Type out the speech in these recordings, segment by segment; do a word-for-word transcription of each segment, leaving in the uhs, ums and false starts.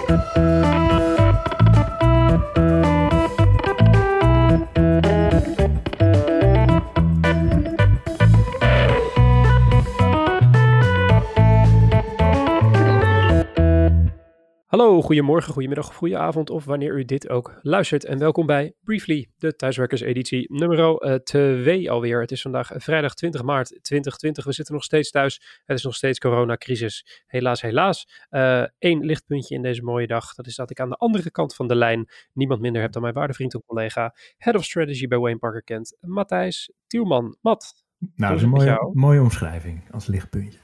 Hallo, goedemorgen, goedemiddag, goedenavond of wanneer u dit ook luistert. En welkom bij Briefly, de thuiswerkerseditie nummer twee alweer. Het is vandaag vrijdag twintig maart twintig twintig. We zitten nog steeds thuis. Het is nog steeds coronacrisis. Helaas, helaas. Eén uh, lichtpuntje in deze mooie dag. Dat is dat ik aan de andere kant van de lijn niemand minder heb dan mijn waarde vriend en collega, Head of Strategy bij Wayne Parker Kent, Matthijs Tielman. Matt, nou, dat is een mooie, mooie omschrijving als lichtpuntje.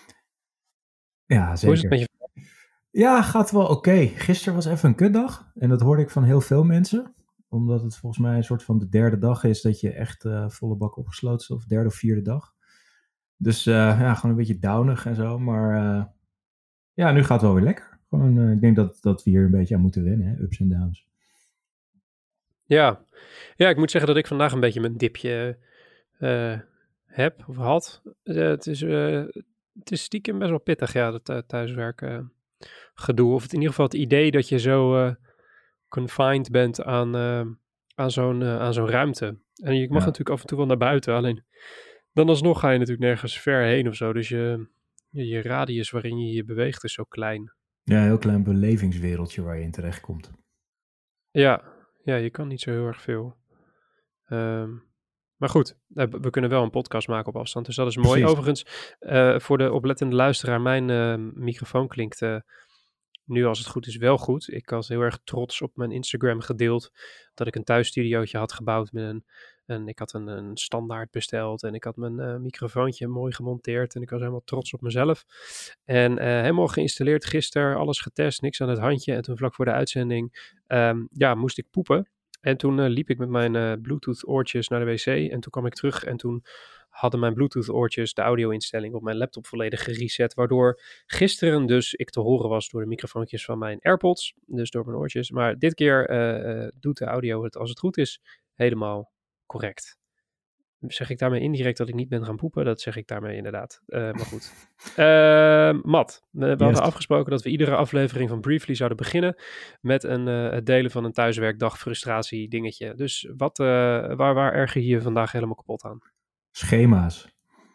Ja, zeker. Hoe is het met je? Ja, gaat wel oké. Okay. Gisteren was even een kutdag. En dat hoorde ik van heel veel mensen. Omdat het volgens mij een soort van de derde dag is dat je echt uh, volle bak opgesloten zit. Of derde of vierde dag. Dus uh, ja, gewoon een beetje downig en zo. Maar uh, ja, nu gaat het wel weer lekker. Gewoon, uh, ik denk dat, dat we hier een beetje aan moeten wennen. Hè? Ups en downs. Ja. ja, ik moet zeggen dat ik vandaag een beetje mijn dipje uh, heb of had. Uh, het, is, uh, het is stiekem best wel pittig, ja, dat uh, thuiswerken. Uh, gedoe, of het in ieder geval het idee dat je zo uh, confined bent aan, uh, aan, zo'n, uh, aan zo'n ruimte. En je mag ja. natuurlijk af en toe wel naar buiten, alleen dan alsnog ga je natuurlijk nergens ver heen of zo, dus je, je, je radius waarin je je beweegt is zo klein. Ja, een heel klein belevingswereldje waar je in terecht komt. Ja, ja, je kan niet zo heel erg veel. Um, maar goed, we kunnen wel een podcast maken op afstand, dus dat is mooi. Precies. Overigens, uh, voor de oplettende luisteraar, mijn uh, microfoon klinkt uh, nu als het goed is wel goed. Ik had heel erg trots op mijn Instagram gedeeld dat ik een thuisstudiootje had gebouwd met een, en ik had een, een standaard besteld en ik had mijn uh, microfoontje mooi gemonteerd en ik was helemaal trots op mezelf. En uh, helemaal geïnstalleerd gisteren, alles getest, niks aan het handje. En toen vlak voor de uitzending, um, ja, moest ik poepen. En toen uh, liep ik met mijn uh, Bluetooth oortjes naar de wc en toen kwam ik terug en toen hadden mijn Bluetooth oortjes de audio-instelling op mijn laptop volledig gereset, waardoor gisteren dus ik te horen was door de microfoontjes van mijn AirPods, dus door mijn oortjes. Maar dit keer uh, uh, doet de audio het, als het goed is, helemaal correct. Zeg ik daarmee indirect dat ik niet ben gaan poepen? Dat zeg ik daarmee inderdaad. Uh, maar goed. Uh, Matt, we, we yes. hadden afgesproken dat we iedere aflevering van Briefly zouden beginnen met een, uh, het delen van een thuiswerkdag frustratie dingetje. Dus wat, uh, waar, waar erger je je vandaag helemaal kapot aan? Schema's.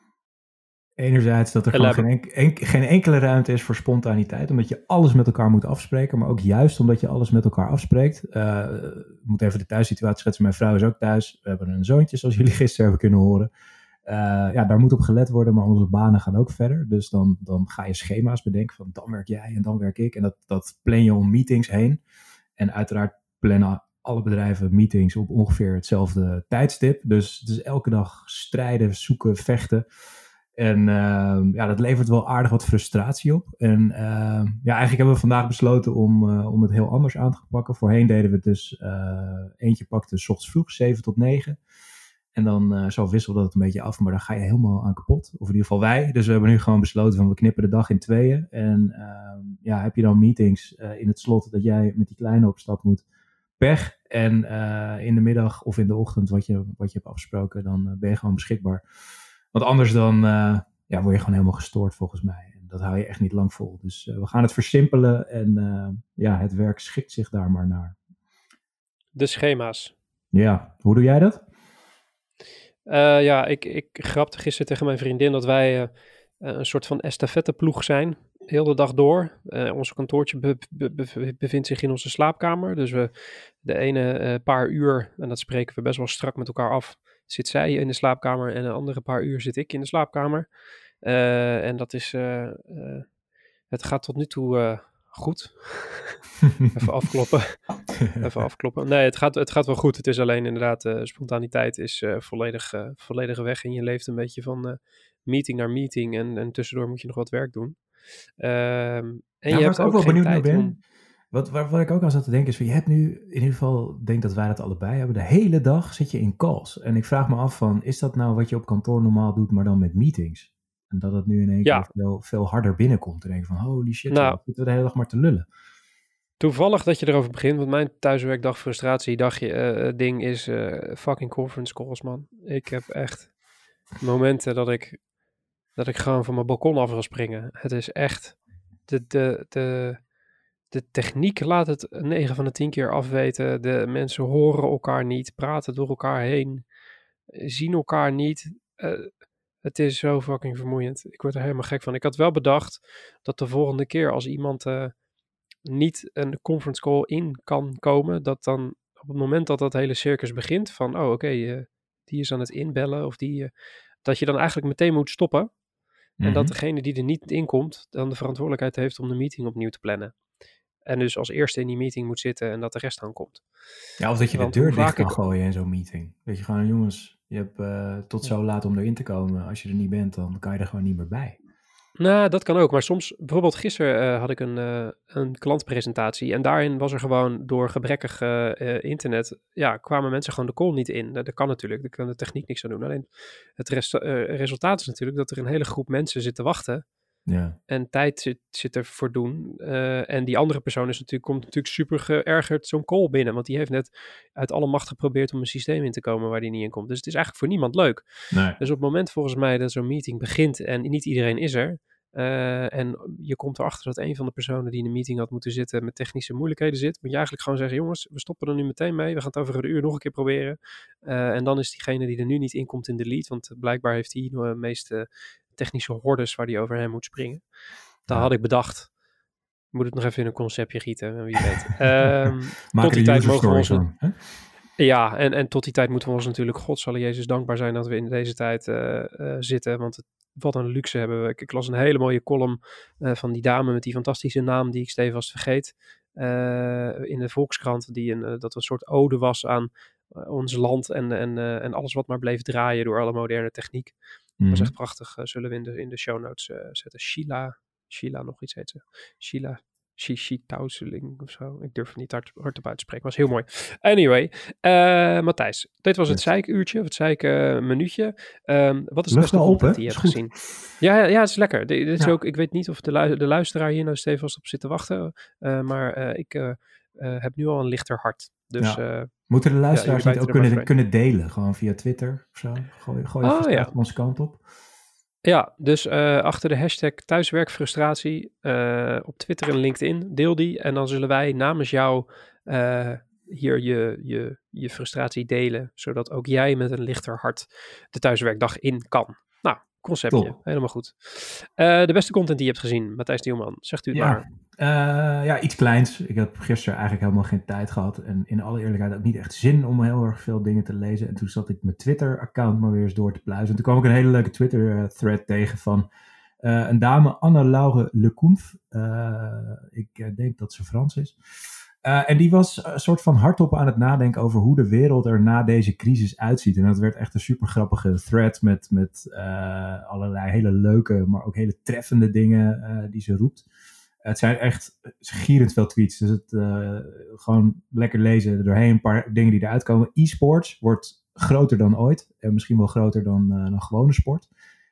Enerzijds dat er gewoon geen, enk- enk- geen enkele ruimte is voor spontaniteit, omdat je alles met elkaar moet afspreken, maar ook juist omdat je alles met elkaar afspreekt. Uh, ik moet even de thuissituatie schetsen. Mijn vrouw is ook thuis. We hebben een zoontje, zoals jullie gisteren hebben kunnen horen. Uh, ja, daar moet op gelet worden, maar onze banen gaan ook verder. Dus dan, dan ga je schema's bedenken van dan werk jij en dan werk ik. En dat, dat plan je om meetings heen. En uiteraard plannen alle bedrijven meetings op ongeveer hetzelfde tijdstip. Dus het is elke dag strijden, zoeken, vechten. En uh, ja, dat levert wel aardig wat frustratie op. En uh, ja, eigenlijk hebben we vandaag besloten om, uh, om het heel anders aan te pakken. Voorheen deden we het dus, uh, eentje pakte 's ochtends vroeg, zeven tot negen. En dan uh, zo wisselde dat een beetje af, maar dan ga je helemaal aan kapot. Of in ieder geval wij. Dus we hebben nu gewoon besloten van we knippen de dag in tweeën. En uh, ja, heb je dan meetings uh, in het slot dat jij met die kleine op stap moet, pech. En uh, in de middag of in de ochtend wat je, wat je hebt afgesproken, dan uh, ben je gewoon beschikbaar. Want anders dan uh, ja, word je gewoon helemaal gestoord volgens mij. En dat hou je echt niet lang vol. Dus uh, we gaan het versimpelen en uh, ja, het werk schikt zich daar maar naar. De schema's. Ja, hoe doe jij dat? Uh, ja, ik, ik grapte gisteren tegen mijn vriendin dat wij uh, een soort van estafetteploeg zijn. Heel de dag door. Uh, onze kantoortje be, be, be, bevindt zich in onze slaapkamer. Dus we de ene uh, paar uur, en dat spreken we best wel strak met elkaar af, zit zij in de slaapkamer en een andere paar uur zit ik in de slaapkamer. Uh, en dat is, uh, uh, het gaat tot nu toe uh, goed. Even afkloppen. Even afkloppen. Nee, het gaat, het gaat wel goed. Het is alleen inderdaad, uh, spontaniteit is uh, volledig, uh, volledig weg en je leeft een beetje van uh, meeting naar meeting en, en tussendoor moet je nog wat werk doen. Uh, en ja, je hebt ook, ook wel geen benieuwd tijd naar ben. om... Wat, waar, wat ik ook aan zat te denken is, van, je hebt nu, in ieder geval, ik denk dat wij dat allebei hebben, de hele dag zit je in calls. En ik vraag me af van, is dat nou wat je op kantoor normaal doet, maar dan met meetings? En dat het nu in één keer Ja. veel, veel harder binnenkomt. En denk van, holy shit, Nou, joh, zitten we de hele dag maar te lullen. Toevallig dat je erover begint, want mijn thuiswerkdag frustratie dagje, uh, ding is uh, fucking conference calls, man. Ik heb echt momenten dat ik, dat ik gewoon van mijn balkon af wil springen. Het is echt, de, de, de, de techniek laat het negen van de tien keer afweten. De mensen horen elkaar niet, praten door elkaar heen, zien elkaar niet. Uh, het is zo fucking vermoeiend. Ik word er helemaal gek van. Ik had wel bedacht dat de volgende keer als iemand uh, niet een conference call in kan komen, dat dan op het moment dat dat hele circus begint, van oh oké, okay, uh, die is aan het inbellen of die, uh, dat je dan eigenlijk meteen moet stoppen. Mm-hmm. En dat degene die er niet in komt, dan de verantwoordelijkheid heeft om de meeting opnieuw te plannen. En dus als eerste in die meeting moet zitten en dat de rest aankomt. Ja, of dat je Want de deur dicht kan ik... gooien in zo'n meeting. Dat je gewoon, jongens, je hebt uh, tot zo laat om erin te komen. Als je er niet bent, dan kan je er gewoon niet meer bij. Nou, dat kan ook. Maar soms, bijvoorbeeld gisteren uh, had ik een, uh, een klantpresentatie. En daarin was er gewoon door gebrekkig uh, uh, internet, ja, kwamen mensen gewoon de call niet in. Dat, dat kan natuurlijk, daar kan de techniek niks aan doen. Alleen het rest, uh, resultaat is natuurlijk dat er een hele groep mensen zit te wachten. Ja. En tijd zit, zit er voor doen. Uh, en die andere persoon is natuurlijk, komt natuurlijk super geërgerd zo'n call binnen. Want die heeft net uit alle macht geprobeerd om een systeem in te komen waar die niet in komt. Dus het is eigenlijk voor niemand leuk. Nee. Dus op het moment volgens mij dat zo'n meeting begint en niet iedereen is er. Uh, en je komt erachter dat een van de personen die in de meeting had moeten zitten met technische moeilijkheden zit. Moet je eigenlijk gewoon zeggen, jongens, we stoppen er nu meteen mee. We gaan het over een uur nog een keer proberen. Uh, en dan is diegene die er nu niet in komt in de lead. Want blijkbaar heeft hij de meeste technische hordes waar die overheen moet springen. Daar ja. had ik bedacht. Moet het nog even in een conceptje gieten, wie weet. Um, tot die tijd mogen we ons... Van, ja, en, en tot die tijd moeten we ons natuurlijk, God zal Jezus dankbaar zijn dat we in deze tijd uh, uh, zitten. Want het, wat een luxe hebben we. Ik, ik las een hele mooie column uh, van die dame met die fantastische naam die ik stevast vergeet. Uh, in de Volkskrant, die een, uh, dat een soort ode was aan uh, ons land en, en, uh, en alles wat maar bleef draaien door alle moderne techniek. Dat was echt prachtig. Uh, zullen we in de, in de show notes uh, zetten. Sheila, Sheila nog iets heet ze. Sheila, Shishitauseling of zo. Ik durf het niet hard, hardop uit te spreken. Was heel mooi. Anyway, uh, Matthijs. Dit was het zeikuurtje, of het zeikminuutje. Uh, um, wat is het beste content die je hebt gezien? Ja, ja, ja, het is lekker. Dit, dit is ja. ook, ik weet niet of de, lu- de luisteraar hier nou stevast op zit te wachten. Uh, maar uh, ik uh, uh, heb nu al een lichter hart. Dus... Ja. Uh, Moeten de luisteraars ja, niet ook kunnen, kunnen delen? Gewoon via Twitter of zo? Gooi, gooi oh, ja. onze kant op. Ja, dus uh, achter de hashtag thuiswerkfrustratie uh, op Twitter en LinkedIn, deel die. En dan zullen wij namens jou uh, hier je, je, je frustratie delen. Zodat ook jij met een lichter hart de thuiswerkdag in kan. Nou, conceptje. Top. Helemaal goed. Uh, de beste content die je hebt gezien, Matthijs Nieuwman. Zegt u het ja. maar. Uh, ja, iets kleins. Ik heb gisteren eigenlijk helemaal geen tijd gehad. En in alle eerlijkheid ook niet echt zin om heel erg veel dingen te lezen. En toen zat ik mijn Twitter-account maar weer eens door te pluizen. En toen kwam ik een hele leuke Twitter-thread tegen van uh, een dame, Anne-Laure Lecounf. Uh, ik uh, denk dat ze Frans is. Uh, en die was een soort van hardop aan het nadenken over hoe de wereld er na deze crisis uitziet. En dat werd echt een super grappige thread met, met uh, allerlei hele leuke, maar ook hele treffende dingen uh, die ze roept. Het zijn echt gierend veel tweets. Dus het uh, gewoon lekker lezen er doorheen. Een paar dingen die eruit komen. E-sports wordt groter dan ooit. En misschien wel groter dan, uh, dan gewone sport.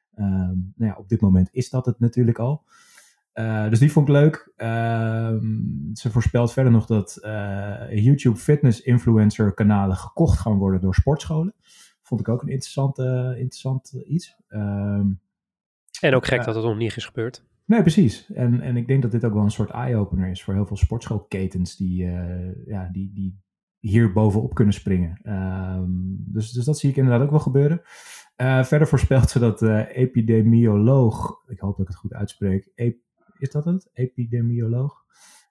Um, nou ja, op dit moment is dat het natuurlijk al. Uh, dus die vond ik leuk. Uh, ze voorspelt verder nog dat uh, YouTube fitness influencer kanalen gekocht gaan worden door sportscholen. Vond ik ook een interessant, uh, interessant iets. Um, en ook gek uh, dat het nog niet is gebeurd. Nee, precies. En, en ik denk dat dit ook wel een soort eye-opener is voor heel veel sportschoolketens die, uh, ja, die, die hier bovenop kunnen springen. Um, dus, dus dat zie ik inderdaad ook wel gebeuren. Uh, verder voorspelt ze dat uh, epidemioloog, ik hoop dat ik het goed uitspreek, ep, is dat het? Epidemioloog?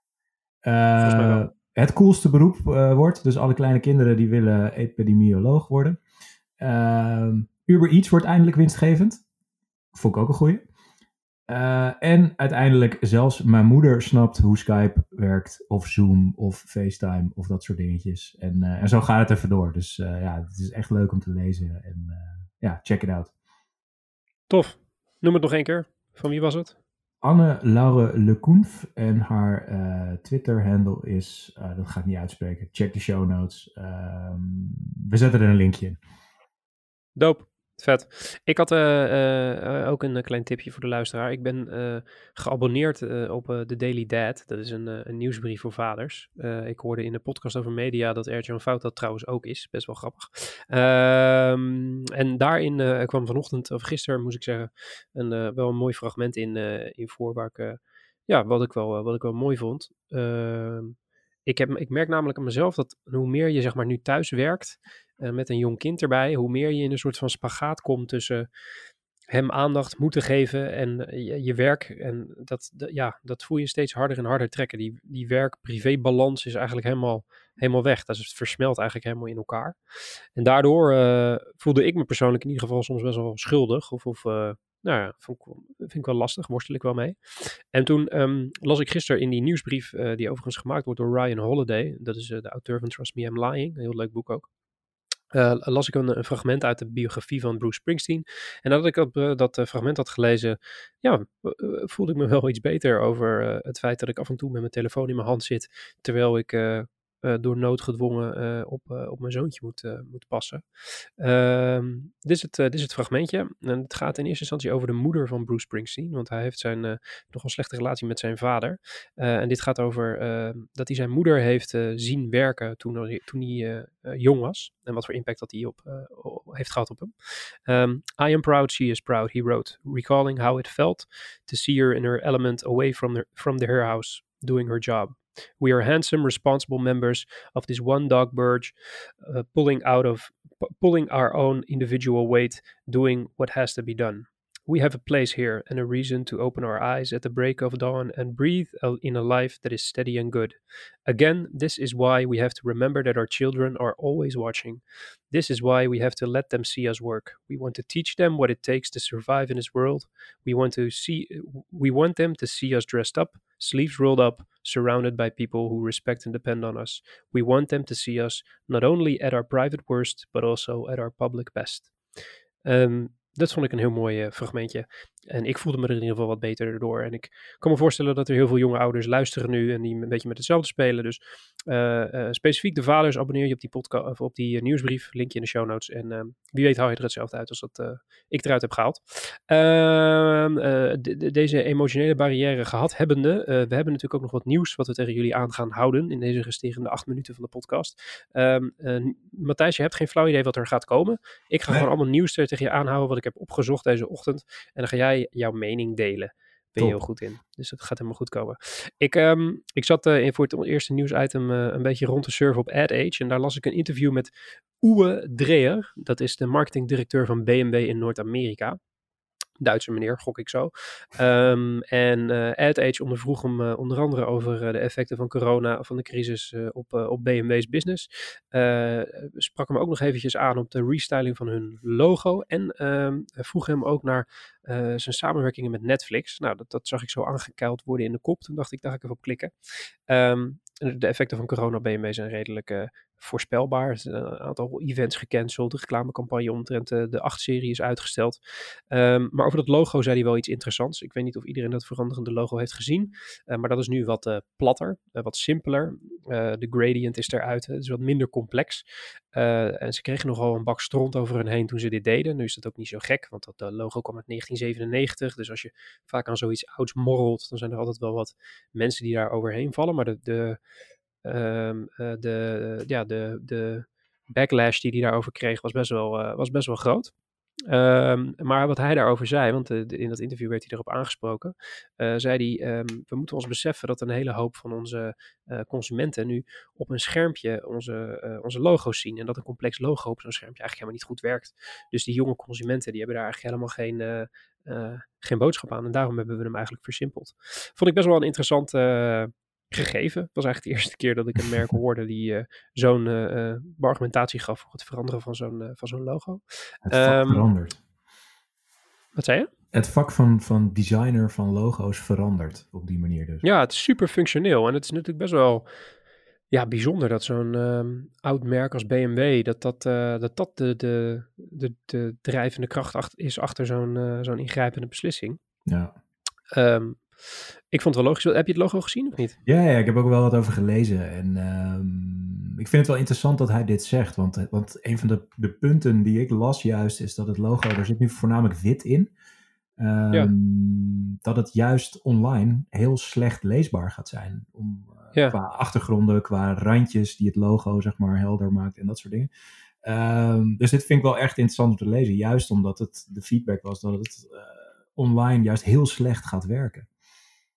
Uh, het coolste beroep uh, wordt. Dus alle kleine kinderen die willen epidemioloog worden. Uh, Uber Eats wordt eindelijk winstgevend. Vond ik ook een goeie. Uh, en uiteindelijk zelfs mijn moeder snapt hoe Skype werkt, of Zoom, of FaceTime, of dat soort dingetjes. En, uh, en zo gaat het even door. Dus uh, ja, het is echt leuk om te lezen. En uh, ja, check it out. Tof. Noem het nog één keer. Van wie was het? Anne-Laure Lecounf. En haar uh, Twitter-handle is, uh, dat ga ik niet uitspreken, check de show notes. Uh, we zetten er een linkje in. Dope. Vet. Ik had uh, uh, ook een klein tipje voor de luisteraar. Ik ben uh, geabonneerd uh, op uh, The Daily Dad. Dat is een, uh, een nieuwsbrief voor vaders. Uh, ik hoorde in de podcast over media dat Ertjan Fout dat trouwens ook is. Best wel grappig. Um, en daarin uh, kwam vanochtend, of gisteren moest ik zeggen, een, uh, wel een mooi fragment in, uh, in voor waar ik uh, ja, wat ik wel, wat ik wel mooi vond. Uh, ik, heb, ik merk namelijk aan mezelf dat hoe meer je zeg maar nu thuis werkt, uh, met een jong kind erbij, hoe meer je in een soort van spagaat komt tussen hem aandacht moeten geven en je, je werk. En dat, de, ja, dat voel je steeds harder en harder trekken. Die, die werk-privé-balans is eigenlijk helemaal, helemaal weg. Dat is, het versmelt eigenlijk helemaal in elkaar. En daardoor uh, voelde ik me persoonlijk in ieder geval soms best wel schuldig. Of, of uh, nou ja, vond ik, vind ik wel lastig, worstel ik wel mee. En toen um, las ik gisteren in die nieuwsbrief, uh, die overigens gemaakt wordt door Ryan Holiday. Dat is uh, de auteur van Trust Me, I'm Lying. Een heel leuk boek ook. Uh, las ik een, een fragment uit de biografie van Bruce Springsteen. En nadat ik dat, uh, dat uh, fragment had gelezen, ja, uh, voelde ik me wel iets beter over uh, het feit dat ik af en toe met mijn telefoon in mijn hand zit, terwijl ik uh, uh, door nood gedwongen uh, op, uh, op mijn zoontje moet, uh, moet passen. Uh, dit, is het, uh, dit is het fragmentje. En het gaat in eerste instantie over de moeder van Bruce Springsteen, want hij heeft zijn uh, nogal slechte relatie met zijn vader. Uh, en dit gaat over uh, dat hij zijn moeder heeft uh, zien werken toen, toen hij uh, uh, jong was. En wat voor impact dat hij op, uh, heeft gehad op hem. Um, I am proud she is proud, he wrote, recalling how it felt to see her in her element away from the, from the her house, doing her job. We are handsome, responsible members of this one dog burge, uh, pulling out of, p- pulling our own individual weight, doing what has to be done. We have a place here and a reason to open our eyes at the break of dawn and breathe in a life that is steady and good. Again, this is why we have to remember that our children are always watching. This is why we have to let them see us work. We want to teach them what it takes to survive in this world. We want to see, we want them to see us dressed up, sleeves rolled up, surrounded by people who respect and depend on us. We want them to see us not only at our private worst, but also at our public best. Um, Dat vond ik een heel mooi uh, fragmentje. En ik voelde me er in ieder geval wat beter door. En ik kan me voorstellen dat er heel veel jonge ouders luisteren nu en die een beetje met hetzelfde spelen. Dus uh, uh, specifiek de vaders, abonneer je op die podcast of op die uh, nieuwsbrief. Linkje in de show notes. En uh, wie weet hou je er hetzelfde uit als dat uh, ik eruit heb gehaald. Uh, uh, de, de, deze emotionele barrière gehad hebbende. Uh, we hebben natuurlijk ook nog wat nieuws wat we tegen jullie aan gaan houden in deze resterende acht minuten van de podcast. Um, uh, Matthijs, je hebt geen flauw idee wat er gaat komen. Ik ga nee. gewoon allemaal nieuws tegen je aanhouden wat ik heb opgezocht deze ochtend. En dan ga jij jouw mening delen. Ben je heel goed in. Dus dat gaat helemaal goed komen. Ik, um, ik zat uh, in voor het eerste nieuwsitem uh, een beetje rond te surfen op AdAge. En daar las ik een interview met Uwe Dreher. Dat is de marketingdirecteur van B M W in Noord-Amerika. Duitse meneer, gok ik zo. Um, en uh, AdAge ondervroeg hem uh, onder andere over uh, de effecten van corona, van de crisis uh, op, uh, op B M W's business. Uh, sprak hem ook nog eventjes aan op de restyling van hun logo. En um, vroeg hem ook naar uh, zijn samenwerkingen met Netflix. Nou, dat, dat zag ik zo aangekeild worden in de kop. Toen dacht ik, daar ga ik even op klikken. Um, de effecten van corona op B M W zijn redelijk uh, voorspelbaar. Er zijn een aantal events gecanceld. De reclamecampagne omtrent de, de acht serie is uitgesteld. Um, maar over dat logo zei hij wel iets interessants. Ik weet niet of iedereen dat veranderende logo heeft gezien. Uh, maar dat is nu wat uh, platter, uh, wat simpeler. Uh, de gradient is eruit. Het is wat minder complex. Uh, en ze kregen nogal een bak stront over hun heen toen ze dit deden. Nu is dat ook niet zo gek, want dat uh, logo kwam uit negentien zevenennegentig. Dus als je vaak aan zoiets ouds morrelt, dan zijn er altijd wel wat mensen die daar overheen vallen. Maar de, de, um, uh, de, ja, de, de backlash die hij daarover kreeg was best wel, uh, was best wel groot. Um, maar wat hij daarover zei, want uh, de, in dat interview werd hij erop aangesproken, uh, zei hij, um, we moeten ons beseffen dat een hele hoop van onze uh, consumenten nu op een schermpje onze, uh, onze logo's zien en dat een complex logo op zo'n schermpje eigenlijk helemaal niet goed werkt. Dus die jonge consumenten, die hebben daar eigenlijk helemaal geen, uh, uh, geen boodschap aan en daarom hebben we hem eigenlijk versimpeld. Vond ik best wel een interessant uh, gegeven. Het was eigenlijk de eerste keer dat ik een merk hoorde die uh, zo'n uh, argumentatie gaf voor het veranderen van zo'n, uh, van zo'n logo. Het vak um, verandert. Wat zei je? Het vak van, van designer van logo's verandert op die manier dus. Ja, het is super functioneel en het is natuurlijk best wel ja, bijzonder dat zo'n um, oud merk als B M W, dat dat, uh, dat, dat de, de, de, de drijvende kracht achter, is achter zo'n, uh, zo'n ingrijpende beslissing. Ja. Um, Ik vond het wel logisch. Heb je het logo gezien of niet? Ja, ja ik heb ook wel wat over gelezen. En um, ik vind het wel interessant dat hij dit zegt. Want, want een van de, de punten die ik las juist is dat het logo, er zit nu voornamelijk wit in. Um, ja. Dat het juist online heel slecht leesbaar gaat zijn. Om, uh, ja. Qua achtergronden, qua randjes die het logo zeg maar helder maakt en dat soort dingen. Um, dus dit vind ik wel echt interessant om te lezen. Juist omdat het de feedback was dat het uh, online juist heel slecht gaat werken.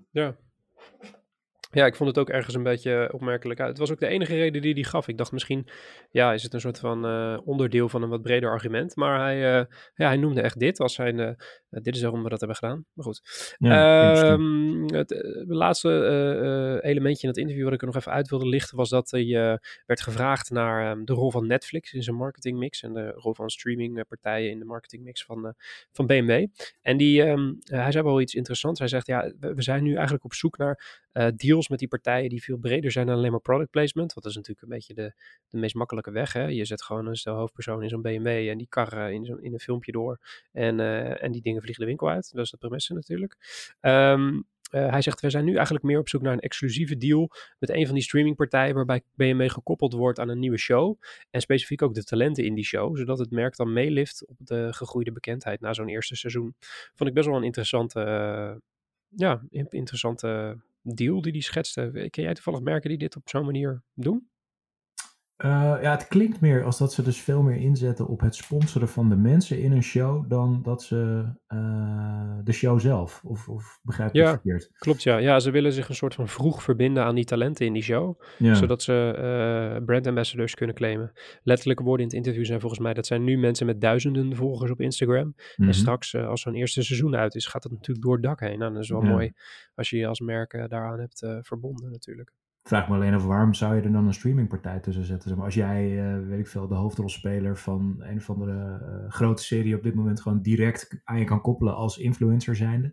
Ja. Ja, ik vond het ook ergens een beetje opmerkelijk uit. Het was ook de enige reden die hij gaf. Ik dacht misschien, ja, is het een soort van uh, onderdeel van een wat breder argument. Maar hij, uh, ja, hij noemde echt dit als zijn, uh, dit is waarom we dat hebben gedaan. Maar goed. Ja, um, het uh, laatste uh, uh, elementje in het interview wat ik er nog even uit wilde lichten was dat hij uh, werd gevraagd naar um, de rol van Netflix in zijn marketingmix en de rol van streamingpartijen in de marketingmix van, uh, van B M W. En die, um, uh, hij zei wel iets interessants. Hij zegt, ja, we, we zijn nu eigenlijk op zoek naar Uh, deals met die partijen die veel breder zijn dan alleen maar product placement. Want dat is natuurlijk een beetje de, de meest makkelijke weg. Hè? Je zet gewoon een stel hoofdpersoon in zo'n B M W en die karren in, zo'n, in een filmpje door. En, uh, en die dingen vliegen de winkel uit. Dat is de premisse natuurlijk. Um, uh, hij zegt, we zijn nu eigenlijk meer op zoek naar een exclusieve deal met een van die streamingpartijen waarbij B M W gekoppeld wordt aan een nieuwe show. En specifiek ook de talenten in die show. Zodat het merk dan meelift op de gegroeide bekendheid na zo'n eerste seizoen. Vond ik best wel een interessante... Uh, ja, interessante deal die die schetste. Ken jij toevallig merken die dit op zo'n manier doen? Uh, ja, het klinkt meer als dat ze dus veel meer inzetten op het sponsoren van de mensen in een show dan dat ze uh, de show zelf. Of, of begrijp ik ja, het verkeerd? Klopt, ja. Ja, ze willen zich een soort van vroeg verbinden aan die talenten in die show. Ja. Zodat ze uh, brand ambassadors kunnen claimen. Letterlijke woorden in het interview zijn volgens mij, dat zijn nu mensen met duizenden volgers op Instagram. Mm-hmm. En straks, uh, als zo'n eerste seizoen uit is, gaat dat natuurlijk door het dak heen. Nou, dat is wel ja. mooi als je je als merk uh, daaraan hebt uh, verbonden natuurlijk. Vraag me alleen af, waarom zou je er dan een streamingpartij tussen zetten? Zeg maar, als jij, uh, weet ik veel, de hoofdrolspeler van een of andere uh, grote serie op dit moment gewoon direct aan je kan koppelen als influencer zijnde.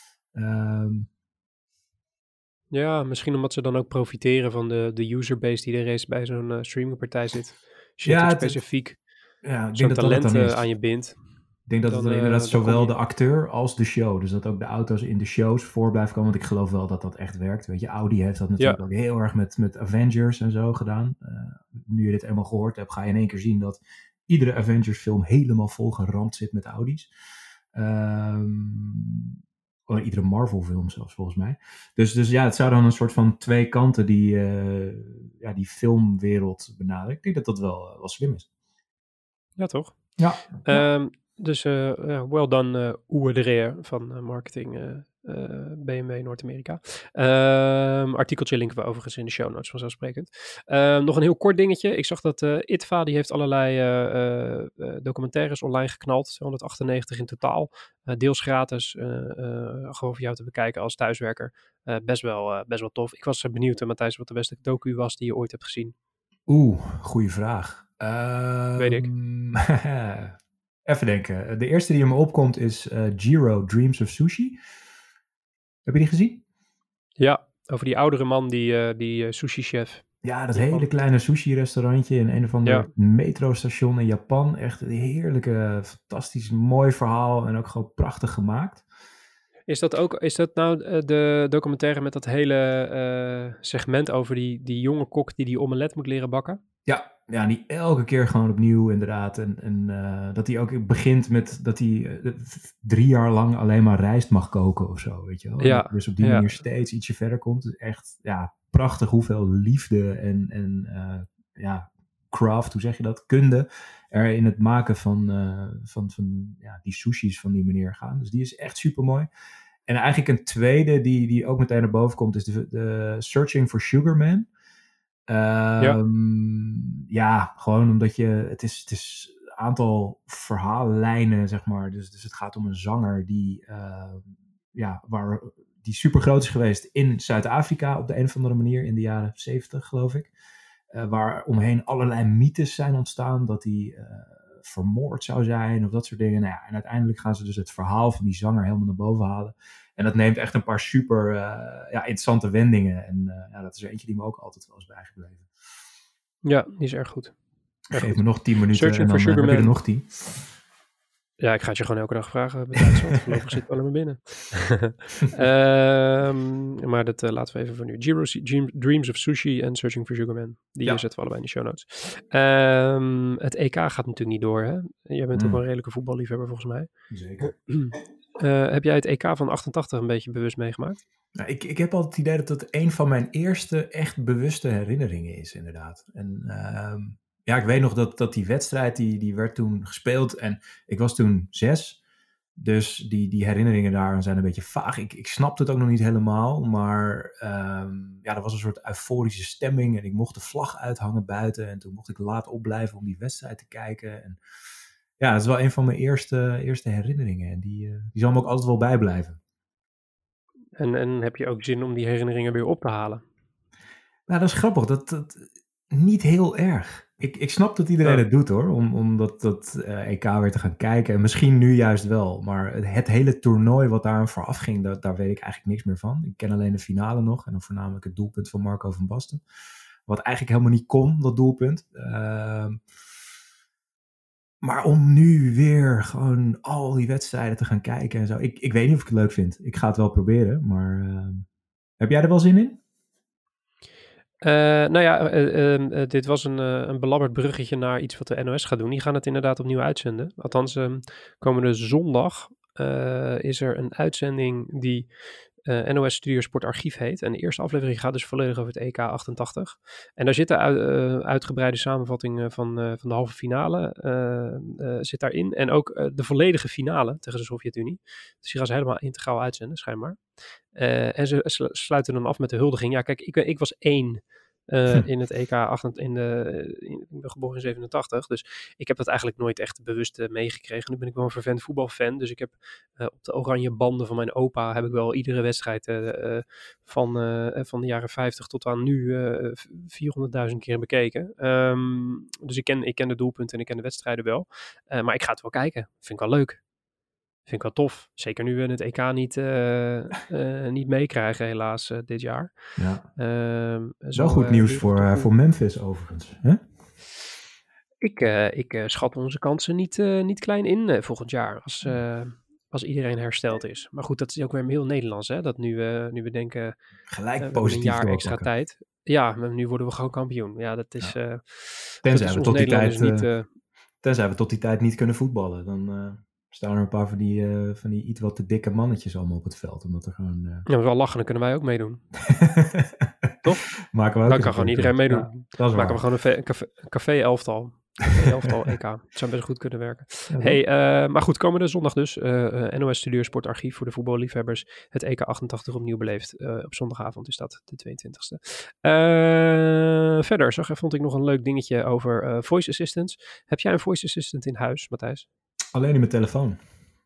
Um, ja, misschien omdat ze dan ook profiteren van de, de userbase die er is bij zo'n uh, streamingpartij zit. Als je ja, specifiek ja, zo'n talent uh, aan je bindt. Ik denk dat dan, het uh, inderdaad zowel je... de acteur als de show, dus dat ook de auto's in de shows voor blijven komen, want ik geloof wel dat dat echt werkt. Weet je, Audi heeft dat natuurlijk ja. ook heel erg met, met Avengers en zo gedaan. Uh, nu je dit eenmaal gehoord hebt, ga je in één keer zien dat iedere Avengers film helemaal volgeramd zit met Audi's. Um, oh, iedere Marvel film zelfs volgens mij. Dus, dus ja, het zou dan een soort van twee kanten die, uh, ja, die filmwereld benaderen. Ik denk dat dat wel, uh, wel slim is. Ja, toch? Ja. ja. Um, Dus uh, uh, well done, uh, Uwe de Reer van uh, marketing uh, uh, B M W Noord-Amerika. Um, artikeltje linken we overigens in de show notes vanzelfsprekend. Um, nog een heel kort dingetje. Ik zag dat uh, I T V A, die heeft allerlei uh, uh, documentaires online geknald. tweehonderdachtennegentig in totaal. Uh, deels gratis. Uh, uh, gewoon voor jou te bekijken als thuiswerker. Uh, best, wel, uh, best wel tof. Ik was uh, benieuwd, uh, Matthijs, wat de beste docu was die je ooit hebt gezien. Oeh, goede vraag. Um... Weet ik. Even denken. De eerste die in me opkomt is uh, Jiro Dreams of Sushi. Heb je die gezien? Ja, over die oudere man, die, uh, die uh, sushi-chef. Ja, dat hele kleine sushi-restaurantje in een of ander ja. metrostation in Japan. Echt een heerlijke, fantastisch mooi verhaal en ook gewoon prachtig gemaakt. Is dat ook, is dat nou uh, de documentaire met dat hele uh, segment over die, die jonge kok die die omelet moet leren bakken? Ja. Ja, die elke keer gewoon opnieuw inderdaad. En, en uh, dat hij ook begint met dat hij uh, drie jaar lang alleen maar rijst mag koken of zo, weet je wel. Ja, dus op die ja. manier steeds ietsje verder komt. Het is echt, ja, prachtig hoeveel liefde en, en uh, ja, craft, hoe zeg je dat, kunde er in het maken van, uh, van, van ja, die sushis van die manier gaan. Dus die is echt super mooi. En eigenlijk een tweede die, die ook meteen naar boven komt is de, de Searching for Sugar Man. Um, ja. ja, gewoon omdat je, het is, het is een aantal verhaallijnen, zeg maar. Dus, dus het gaat om een zanger die, uh, ja, waar, die super groot is geweest in Zuid-Afrika op de een of andere manier in de jaren zeventig, geloof ik. Uh, waar omheen allerlei mythes zijn ontstaan dat hij uh, vermoord zou zijn of dat soort dingen. Nou ja, en uiteindelijk gaan ze dus het verhaal van die zanger helemaal naar boven halen. En dat neemt echt een paar super uh, ja, interessante wendingen. En uh, ja, dat is er eentje die me ook altijd wel is bijgebleven. Ja, die is erg goed. Erg Geef goed. me nog tien minuten Searching en dan uh, heb je er nog tien. Ja, ik ga het je gewoon elke dag vragen. Voorlopig zit het wel in me binnen. um, maar dat uh, laten we even voor nu. Jiro, Dreams of Sushi en Searching for Sugar Man. Die ja. zetten we allebei in de show notes. Um, het E K gaat natuurlijk niet door, hè? Jij bent mm. ook wel een redelijke voetballiefhebber volgens mij. Zeker. Uh, heb jij het E K van achtentachtig een beetje bewust meegemaakt? Nou, ik, ik heb altijd het idee dat het een van mijn eerste echt bewuste herinneringen is, inderdaad. En uh, ja, ik weet nog dat, dat die wedstrijd, die, die werd toen gespeeld en ik was toen zes. Dus die, die herinneringen daaraan zijn een beetje vaag. Ik, ik snapte het ook nog niet helemaal, maar um, ja, er was een soort euforische stemming en ik mocht de vlag uithangen buiten en toen mocht ik laat opblijven om die wedstrijd te kijken. En ja, dat is wel een van mijn eerste, eerste herinneringen en die, uh, die zal me ook altijd wel bijblijven. En, en heb je ook zin om die herinneringen weer op te halen? Nou, dat is grappig. Dat, dat niet heel erg. Ik, ik snap dat iedereen ja. het doet hoor, om, om dat, dat uh, E K weer te gaan kijken. En misschien nu juist wel. Maar het, het hele toernooi wat daar vooraf ging, dat, daar weet ik eigenlijk niks meer van. Ik ken alleen de finale nog. En dan voornamelijk het doelpunt van Marco van Basten. Wat eigenlijk helemaal niet kon, dat doelpunt. Uh, maar om nu weer gewoon al die wedstrijden te gaan kijken en zo. Ik, ik weet niet of ik het leuk vind. Ik ga het wel proberen. Maar uh, heb jij er wel zin in? Uh, nou ja, uh, uh, uh, dit was een, uh, een belabberd bruggetje naar iets wat de N O S gaat doen. Die gaan het inderdaad opnieuw uitzenden. Althans, um, komende zondag uh, is er een uitzending die uh, N O S Studio Sport Archief heet. En de eerste aflevering gaat dus volledig over het E K achtentachtig. En daar zit de uh, uitgebreide samenvatting uh, van, uh, van de halve finale uh, uh, zit daarin. En ook uh, de volledige finale tegen de Sovjet-Unie. Dus die gaan ze helemaal integraal uitzenden, schijnbaar. Uh, en ze sl- sluiten dan af met de huldiging. Ja, kijk, ik, ik was één uh, in het E K achtentachtig. In de, in, ik ben geboren in zevenentachtig. Dus ik heb dat eigenlijk nooit echt bewust uh, meegekregen. Nu ben ik wel een vervent voetbalfan. Dus ik heb uh, op de oranje banden van mijn opa heb ik wel iedere wedstrijd uh, uh, van, uh, van de jaren vijftig tot aan nu uh, vierhonderdduizend keer bekeken. Um, dus ik ken, ik ken de doelpunten en ik ken de wedstrijden wel. Uh, maar ik ga het wel kijken. Vind ik wel leuk. Vind ik wel tof. Zeker nu we het E K niet, uh, uh, niet meekrijgen helaas uh, dit jaar. Ja. Uh, zo, wel goed uh, nieuws voor, uh, voor Memphis overigens. Hè? Ik, uh, ik uh, schat onze kansen niet, uh, niet klein in uh, volgend jaar. Als, uh, als iedereen hersteld is. Maar goed, dat is ook weer heel Nederlands. Hè? Dat nu, uh, nu we denken... Gelijk uh, positief een jaar doorpakken. extra tijd. Ja, nu worden we gewoon kampioen. Ja, dat is... Ja. Uh, tenzij, dat we is tot die tijd, niet, uh, tenzij we tot die tijd niet kunnen voetballen. Dan... Uh... staan er een paar van die, uh, van die iets wat te dikke mannetjes allemaal op het veld. Omdat er gewoon... Uh... Ja, wel lachen, dan kunnen wij ook meedoen. Toch? Maken we ook dan kan gewoon iedereen meedoen. Ja, dat is Maken we gewoon een ve- café, café-elftal. Café-elftal E K. Dat zou best goed kunnen werken. Ja, hey, uh, maar goed, komende zondag dus. Uh, uh, N O S Studio Sport Archief voor de voetballiefhebbers. Het E K achtentachtig opnieuw beleefd. Uh, op zondagavond is dat, de tweeëntwintigste. Uh, verder zag, vond ik nog een leuk dingetje over uh, voice assistants. Heb jij een voice assistant in huis, Matthijs? Alleen in mijn telefoon.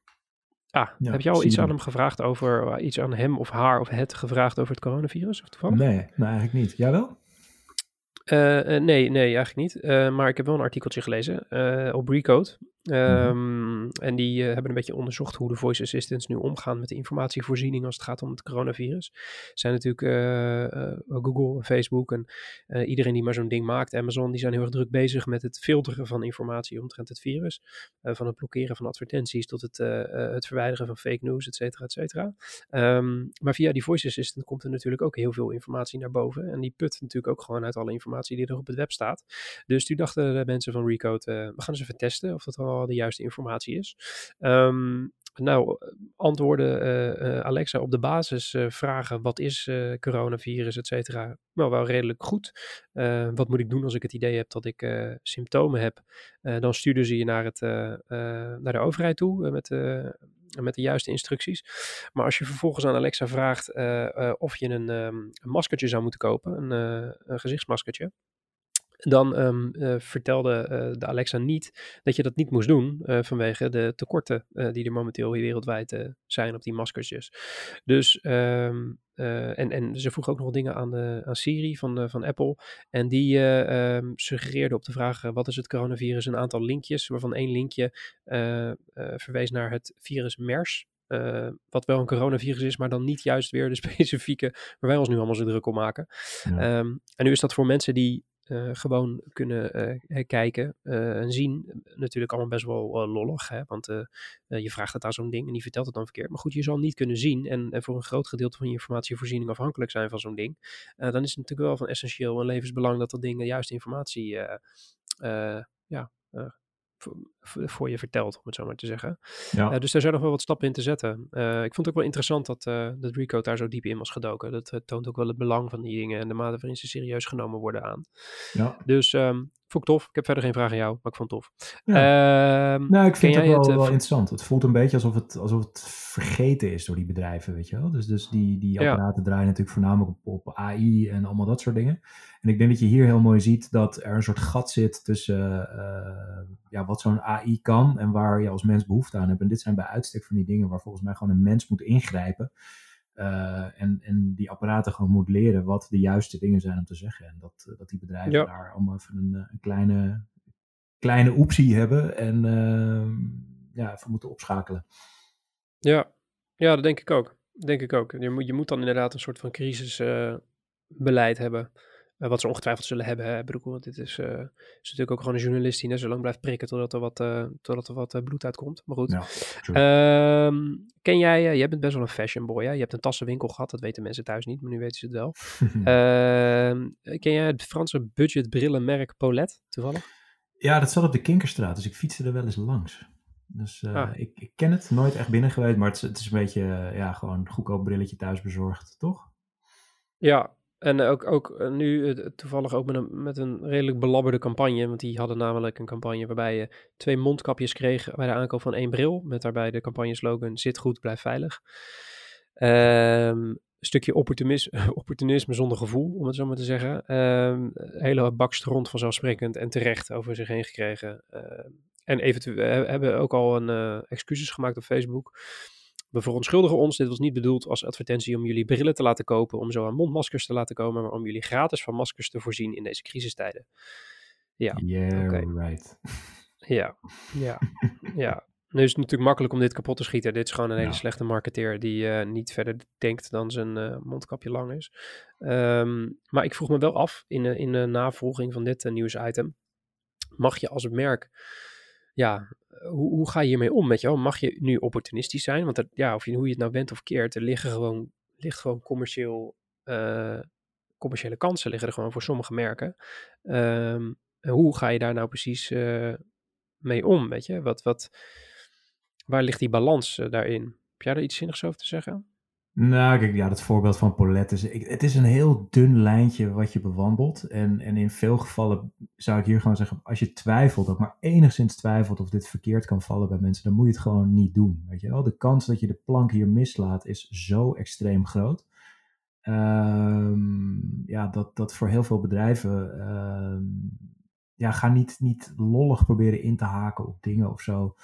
Ah, ja, heb je al iets aan hem gevraagd over, uh, iets aan hem of haar of het gevraagd over het coronavirus? Of toevallig? Nee, nee, eigenlijk niet. Jij wel? Uh, uh, nee, nee, eigenlijk niet. Uh, maar ik heb wel een artikeltje gelezen uh, op Recode. Um, mm-hmm. En die uh, hebben een beetje onderzocht hoe de voice assistants nu omgaan met de informatievoorziening als het gaat om het coronavirus. Er zijn natuurlijk uh, uh, Google, Facebook en uh, iedereen die maar zo'n ding maakt, Amazon, die zijn heel erg druk bezig met het filteren van informatie omtrent het virus. Uh, van het blokkeren van advertenties tot het, uh, uh, het verwijderen van fake news, et cetera, et cetera. Um, maar via die voice assistant komt er natuurlijk ook heel veel informatie naar boven. En die put natuurlijk ook gewoon uit alle informatie die er op het web staat. Dus toen dachten de mensen van Recode, uh, we gaan eens even testen of dat wel de juiste informatie is. Um, nou, antwoorden uh, uh, Alexa op de basis uh, vragen wat is uh, coronavirus, et cetera. Nou, wel redelijk goed. Uh, wat moet ik doen als ik het idee heb dat ik uh, symptomen heb? Uh, dan sturen ze je naar, het, uh, uh, naar de overheid toe uh, met, uh, met de juiste instructies. Maar als je vervolgens aan Alexa vraagt uh, uh, of je een, um, een maskertje zou moeten kopen, een, uh, een gezichtsmaskertje, dan um, uh, vertelde uh, de Alexa niet dat je dat niet moest doen uh, vanwege de tekorten uh, die er momenteel wereldwijd uh, zijn op die maskertjes. Dus, um, uh, en, en ze vroeg ook nog dingen aan, de, aan Siri van, uh, van Apple en die uh, um, suggereerde op de vraag uh, wat is het coronavirus een aantal linkjes, waarvan één linkje uh, uh, verwees naar het virus MERS. Uh, wat wel een coronavirus is, maar dan niet juist weer de specifieke waar wij ons nu allemaal zo druk om maken. Ja. Um, en nu is dat voor mensen die Uh, gewoon kunnen uh, kijken uh, en zien. Natuurlijk allemaal best wel uh, lollig, hè? Want uh, uh, je vraagt het aan zo'n ding en die vertelt het dan verkeerd. Maar goed, je zal niet kunnen zien en, en voor een groot gedeelte van je informatievoorziening afhankelijk zijn van zo'n ding. Uh, dan is het natuurlijk wel van essentieel en levensbelang dat dat ding de juiste informatie uh, uh, ja, uh, voor je vertelt, om het zo maar te zeggen. Ja. Uh, dus daar zijn nog wel wat stappen in te zetten. Uh, ik vond het ook wel interessant dat, uh, dat Recode daar zo diep in was gedoken. Dat uh, toont ook wel het belang van die dingen en de mate waarin ze serieus genomen worden aan. Ja. Dus um, vond ik tof. Ik heb verder geen vraag aan jou, maar ik vond het tof. Ja. Uh, nou, ik vind het ook wel, het, uh, wel interessant. Het voelt een beetje alsof het, alsof het vergeten is door die bedrijven, weet je wel. Dus, dus die, die apparaten ja. draaien natuurlijk voornamelijk op, op A I en allemaal dat soort dingen. En ik denk dat je hier heel mooi ziet dat er een soort gat zit tussen uh, ja, wat zo'n A I kan en waar je als mens behoefte aan hebt. En dit zijn bij uitstek van die dingen waar volgens mij gewoon een mens moet ingrijpen. Uh, en, en die apparaten gewoon moet leren wat de juiste dingen zijn om te zeggen. En dat, dat die bedrijven ja. daar allemaal even een, een kleine, kleine optie hebben en uh, ja, even moeten opschakelen. Ja. ja, dat denk ik ook. Denk ik ook. Je moet, je moet dan inderdaad een soort van crisisbeleid uh, hebben. Uh, wat ze ongetwijfeld zullen hebben. Hè? Ik bedoel, want dit is, uh, is natuurlijk ook gewoon een journalist die net zo lang blijft prikken totdat er wat, uh, totdat er wat uh, bloed uitkomt. Maar goed. Ja, uh, ken jij, uh, jij bent best wel een fashion boy. Hè? Je hebt een tassenwinkel gehad, dat weten mensen thuis niet, maar nu weten ze het wel. uh, ken jij het Franse budgetbrillenmerk Paulette toevallig? Ja, dat zat op de Kinkerstraat, dus ik fietste er wel eens langs. Dus uh, ah. ik, ik ken het, nooit echt binnen geweest, maar het is, het is een beetje, uh, ja, gewoon een goedkoop brilletje thuis bezorgd, toch? Ja, en ook, ook nu uh, toevallig ook met een, met een redelijk belabberde campagne, want die hadden namelijk een campagne waarbij je twee mondkapjes kreeg bij de aankoop van één bril, met daarbij de campagneslogan zit goed, blijf veilig. Um, een stukje opportunisme, opportunisme zonder gevoel, om het zo maar te zeggen. Um, hele bak stront vanzelfsprekend en terecht over zich heen gekregen. Uh, en eventueel hebben ook al een uh, excuses gemaakt op Facebook. We verontschuldigen ons, dit was niet bedoeld als advertentie om jullie brillen te laten kopen, om zo aan mondmaskers te laten komen, maar om jullie gratis van maskers te voorzien in deze crisistijden. Ja, yeah, okay. right. Ja, ja, ja. Nu is het natuurlijk makkelijk om dit kapot te schieten. Dit is gewoon een hele ja. slechte marketeer die uh, niet verder denkt dan zijn uh, mondkapje lang is. Um, maar ik vroeg me wel af, in, uh, in de navolging van dit uh, nieuwsitem, mag je als merk, ja, hoe, hoe ga je hiermee om met jou? Mag je nu opportunistisch zijn? Want er, ja, of je, hoe je het nou bent of keert, er liggen gewoon, ligt gewoon commercieel, uh, commerciële kansen liggen er gewoon voor sommige merken. Um, hoe ga je daar nou precies uh, mee om, weet je? Wat, wat, waar ligt die balans uh, daarin? Heb jij er iets zinnigs over te zeggen? Nou, kijk, ja, dat voorbeeld van Paulette is, ik, het is een heel dun lijntje wat je bewandelt. En, en in veel gevallen zou ik hier gewoon zeggen, als je twijfelt, ook maar enigszins twijfelt of dit verkeerd kan vallen bij mensen, dan moet je het gewoon niet doen, weet je wel. De kans dat je de plank hier mislaat is zo extreem groot. Um, ja, dat, dat voor heel veel bedrijven, um, ja, ga niet, niet lollig proberen in te haken op dingen of zo.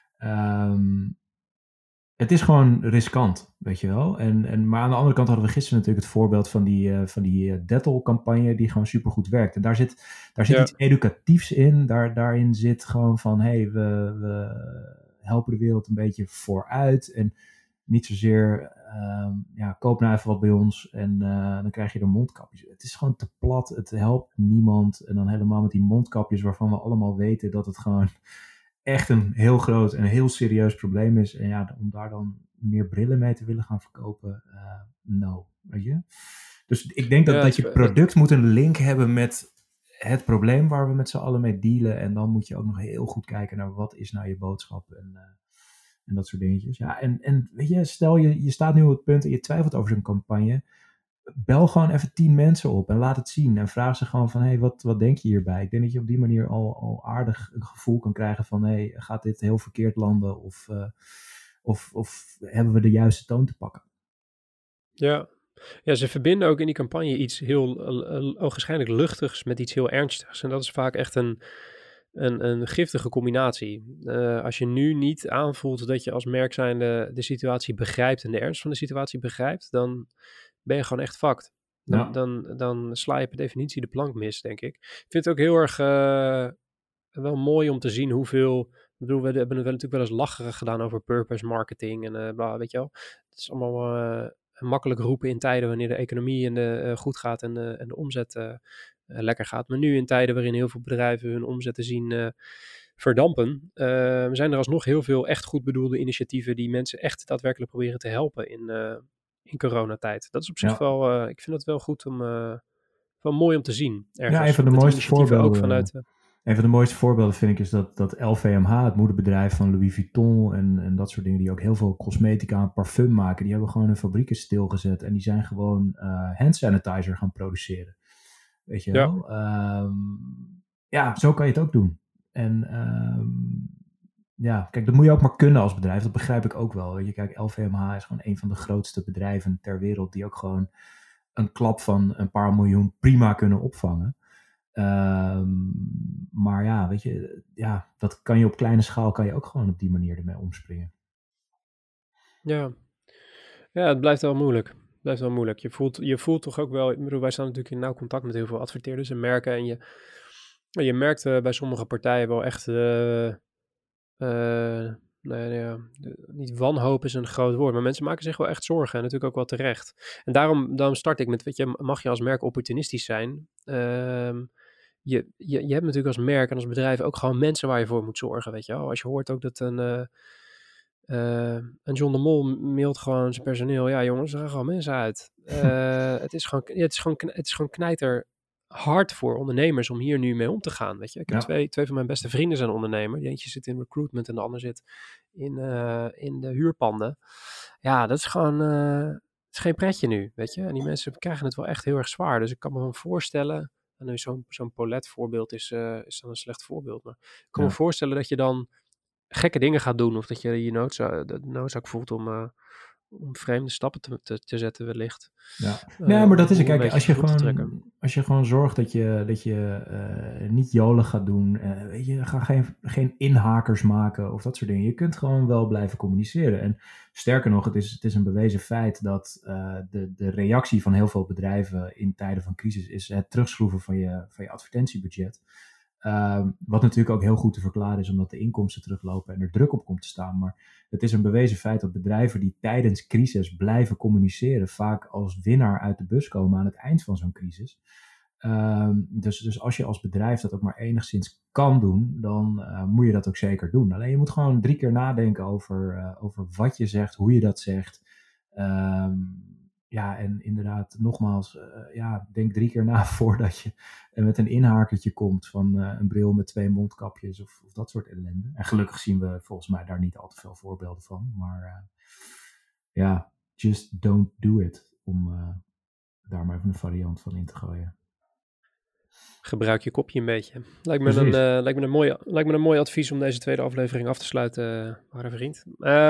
Um, Het is gewoon riskant, weet je wel. En, en, maar aan de andere kant hadden we gisteren natuurlijk het voorbeeld van die, uh, van die uh, Dettol-campagne die gewoon supergoed werkt. En daar zit, daar zit ja. iets educatiefs in. Daar, daarin zit gewoon van, hé, hey, we, we helpen de wereld een beetje vooruit. En niet zozeer, uh, ja, koop nou even wat bij ons en uh, dan krijg je de mondkapjes. Het is gewoon te plat, het helpt niemand. En dan helemaal met die mondkapjes waarvan we allemaal weten dat het gewoon echt een heel groot en heel serieus probleem is. En ja, om daar dan meer brillen mee te willen gaan verkopen, uh, no, weet je. Dus ik denk dat, ja, dat je product moet een link hebben met het probleem waar we met z'n allen mee dealen. En dan moet je ook nog heel goed kijken naar wat is nou je boodschap en, uh, en dat soort dingetjes. Ja, en, en weet je, stel je, je staat nu op het punt en je twijfelt over zo'n campagne. Bel gewoon even tien mensen op en laat het zien. En vraag ze gewoon van, hé, hey, wat, wat denk je hierbij? Ik denk dat je op die manier al, al aardig een gevoel kan krijgen van, hé, hey, gaat dit heel verkeerd landen? Of, uh, of, of hebben we de juiste toon te pakken? Ja. ja, ze verbinden ook in die campagne iets heel uh, ogenschijnlijk luchtigs met iets heel ernstigs. En dat is vaak echt een, een, een giftige combinatie. Uh, als je nu niet aanvoelt dat je als merk zijnde de situatie begrijpt en de ernst van de situatie begrijpt, dan ben je gewoon echt fucked. Dan, ja. dan, dan sla je per definitie de plank mis, denk ik. Ik vind het ook heel erg uh, wel mooi om te zien hoeveel... Ik bedoel, we hebben wel natuurlijk wel eens lacherig gedaan over purpose marketing en uh, bla, weet je wel. Het is allemaal uh, makkelijk roepen in tijden wanneer de economie en de, uh, goed gaat en de, en de omzet uh, uh, lekker gaat. Maar nu in tijden waarin heel veel bedrijven hun omzetten zien uh, verdampen, uh, zijn er alsnog heel veel echt goed bedoelde initiatieven die mensen echt daadwerkelijk proberen te helpen in... Uh, in coronatijd. Dat is op zich ja. wel, uh, ik vind dat wel goed om, uh, wel mooi om te zien. Ergens. Ja, een van de mooiste voorbeelden. Ook vanuit, uh, Een van de mooiste voorbeelden vind ik is dat, dat L V M H, het moederbedrijf van Louis Vuitton en, en dat soort dingen, die ook heel veel cosmetica en parfum maken, die hebben gewoon hun fabrieken stilgezet en die zijn gewoon uh, hand sanitizer gaan produceren. Weet je wel? Ja. Um, ja, zo kan je het ook doen. En um, ja, kijk, dat moet je ook maar kunnen als bedrijf. Dat begrijp ik ook wel. Weet je, kijk, L V M H is gewoon een van de grootste bedrijven ter wereld die ook gewoon een klap van een paar miljoen prima kunnen opvangen. Um, maar ja, weet je, ja, dat kan je op kleine schaal kan je ook gewoon op die manier ermee omspringen. Ja, ja, het blijft wel moeilijk. Het blijft wel moeilijk. Je voelt, je voelt toch ook wel, ik bedoel, wij staan natuurlijk in nauw contact met heel veel adverteerders en merken. En je, je merkt uh, bij sommige partijen wel echt, uh, uh, nee, nee, ja, niet wanhoop is een groot woord, maar mensen maken zich wel echt zorgen en natuurlijk ook wel terecht. En daarom, daarom start ik met, weet je, mag je als merk opportunistisch zijn? Uh, Je, je, je hebt natuurlijk als merk en als bedrijf ook gewoon mensen waar je voor moet zorgen, weet je wel. Als je hoort ook dat een, uh, uh, een John de Mol mailt gewoon zijn personeel. Ja jongens, er gaan gewoon mensen uit. Uh, het, is gewoon, het, is gewoon, het is gewoon knijter hard voor ondernemers om hier nu mee om te gaan, weet je. Ik heb ja. twee, twee van mijn beste vrienden zijn ondernemer. Die eentje zit in recruitment en de ander zit in, uh, in de huurpanden. Ja, dat is gewoon... Uh, het is geen pretje nu, weet je. En die mensen krijgen het wel echt heel erg zwaar. Dus ik kan me gewoon voorstellen... En nu zo'n, zo'n Paulette voorbeeld is, uh, is dan een slecht voorbeeld. Maar ik kan ja. me voorstellen dat je dan gekke dingen gaat doen. Of dat je je noodzaak, de noodzaak voelt om, uh, om vreemde stappen te, te, te zetten wellicht. Ja, uh, ja maar dat is het. Kijk, als je, gewoon, als je gewoon zorgt dat je, dat je uh, niet jolig gaat doen. Uh, weet je, ga geen, geen inhakers maken of dat soort dingen. Je kunt gewoon wel blijven communiceren. En sterker nog, het is, het is een bewezen feit dat uh, de, de reactie van heel veel bedrijven in tijden van crisis is het terugschroeven van je, van je advertentiebudget. Uh, wat natuurlijk ook heel goed te verklaren is omdat de inkomsten teruglopen en er druk op komt te staan. Maar het is een bewezen feit dat bedrijven die tijdens crisis blijven communiceren vaak als winnaar uit de bus komen aan het eind van zo'n crisis. Uh, dus, dus als je als bedrijf dat ook maar enigszins kan doen, dan uh, moet je dat ook zeker doen. Alleen je moet gewoon drie keer nadenken over, uh, over wat je zegt, hoe je dat zegt. Uh, Ja, en inderdaad, nogmaals, uh, ja, denk drie keer na voordat je uh, met een inhakertje komt van uh, een bril met twee mondkapjes of, of dat soort ellende. En gelukkig zien we volgens mij daar niet al te veel voorbeelden van. Maar uh, ja, just don't do it, om uh, daar maar even een variant van in te gooien. Gebruik je kopje een beetje. Lijkt me, een, uh, lijkt, me een mooi, lijkt me een mooi advies om deze tweede aflevering af te sluiten, uh, waarde vriend.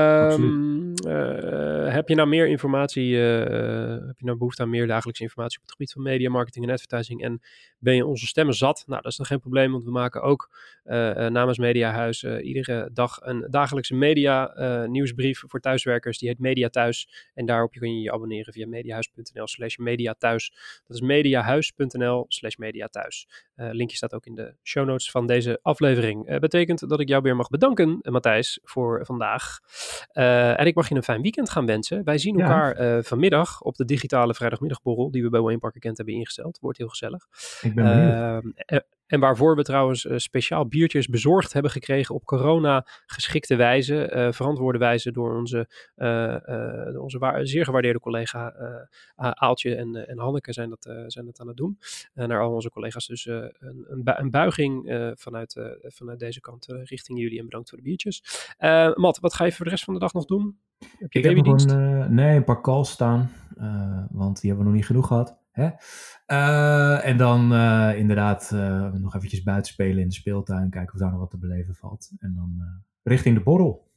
Um, uh, heb je nou meer informatie, uh, heb je nou behoefte aan meer dagelijkse informatie op het gebied van media, marketing en advertising en ben je onze stemmen zat? Nou, dat is dan geen probleem, want we maken ook uh, uh, namens Mediahuis uh, iedere dag een dagelijkse media uh, nieuwsbrief voor thuiswerkers. Die heet Media Thuis en daarop kun je je abonneren via mediahuis.nl slash mediathuis. Dat is mediahuis.nl slash mediathuis. Uh, linkje staat ook in de show notes van deze aflevering. Uh, betekent dat ik jou weer mag bedanken, uh, Matthijs, voor vandaag. Uh, en ik mag je een fijn weekend gaan wensen. Wij zien elkaar ja. uh, vanmiddag op de digitale vrijdagmiddagborrel die we bij Wayne Parker Kent hebben ingesteld. Wordt heel gezellig. Ik ben benieuwd. Uh, uh, En waarvoor we trouwens uh, speciaal biertjes bezorgd hebben gekregen op corona geschikte wijze, uh, verantwoorde wijze door onze, uh, uh, door onze wa- zeer gewaardeerde collega uh, Aaltje en, uh, en Hanneke zijn dat, uh, zijn dat aan het doen. Uh, naar al onze collega's dus uh, een, een, bu- een buiging uh, vanuit, uh, vanuit deze kant uh, richting jullie en bedankt voor de biertjes. Uh, Matt, wat ga je voor de rest van de dag nog doen? Heb je Ik babydienst? heb nog een, uh, nee, een paar calls staan, uh, want die hebben we nog niet genoeg gehad. Hè? Uh, en dan uh, inderdaad uh, nog eventjes buiten spelen in de speeltuin. Kijken of daar nog wat te beleven valt. En dan uh, richting de borrel.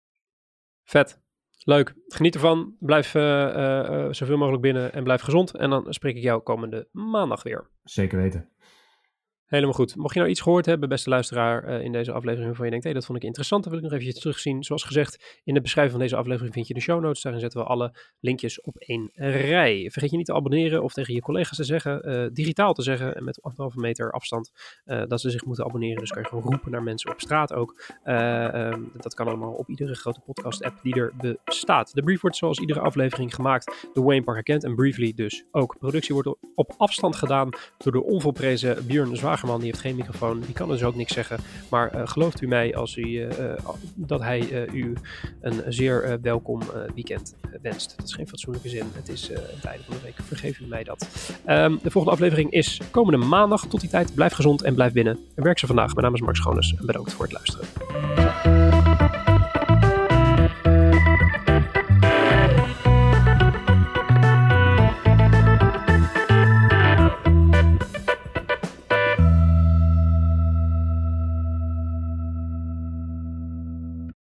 Vet. Leuk. Geniet ervan. Blijf uh, uh, zoveel mogelijk binnen en blijf gezond. En dan spreek ik jou komende maandag weer. Zeker weten. Helemaal goed. Mocht je nou iets gehoord hebben, beste luisteraar, uh, in deze aflevering waarvan je denkt, hé, hey, dat vond ik interessant, dan wil ik nog eventjes terugzien. Zoals gezegd, in de beschrijving van deze aflevering vind je de show notes. Daarin zetten we alle linkjes op één rij. Vergeet je niet te abonneren of tegen je collega's te zeggen, uh, digitaal te zeggen en met anderhalve meter afstand, uh, dat ze zich moeten abonneren. Dus kan je gewoon roepen naar mensen op straat ook. Uh, um, dat kan allemaal op iedere grote podcast-app die er bestaat. De brief wordt zoals iedere aflevering gemaakt door Wayne Parker Kent en Briefly dus ook. Productie wordt op afstand gedaan door de onvolprezen Björn Zwager. Hagerman, die heeft geen microfoon, die kan dus ook niks zeggen. Maar uh, gelooft u mij als u, uh, uh, dat hij uh, u een zeer uh, welkom uh, weekend uh, wenst. Dat is geen fatsoenlijke zin. Het is uh, het einde van de week. Vergeef u mij dat. Um, de volgende aflevering is komende maandag. Tot die tijd, blijf gezond en blijf binnen. En werk ze vandaag. Mijn naam is Mark Schoones en bedankt voor het luisteren.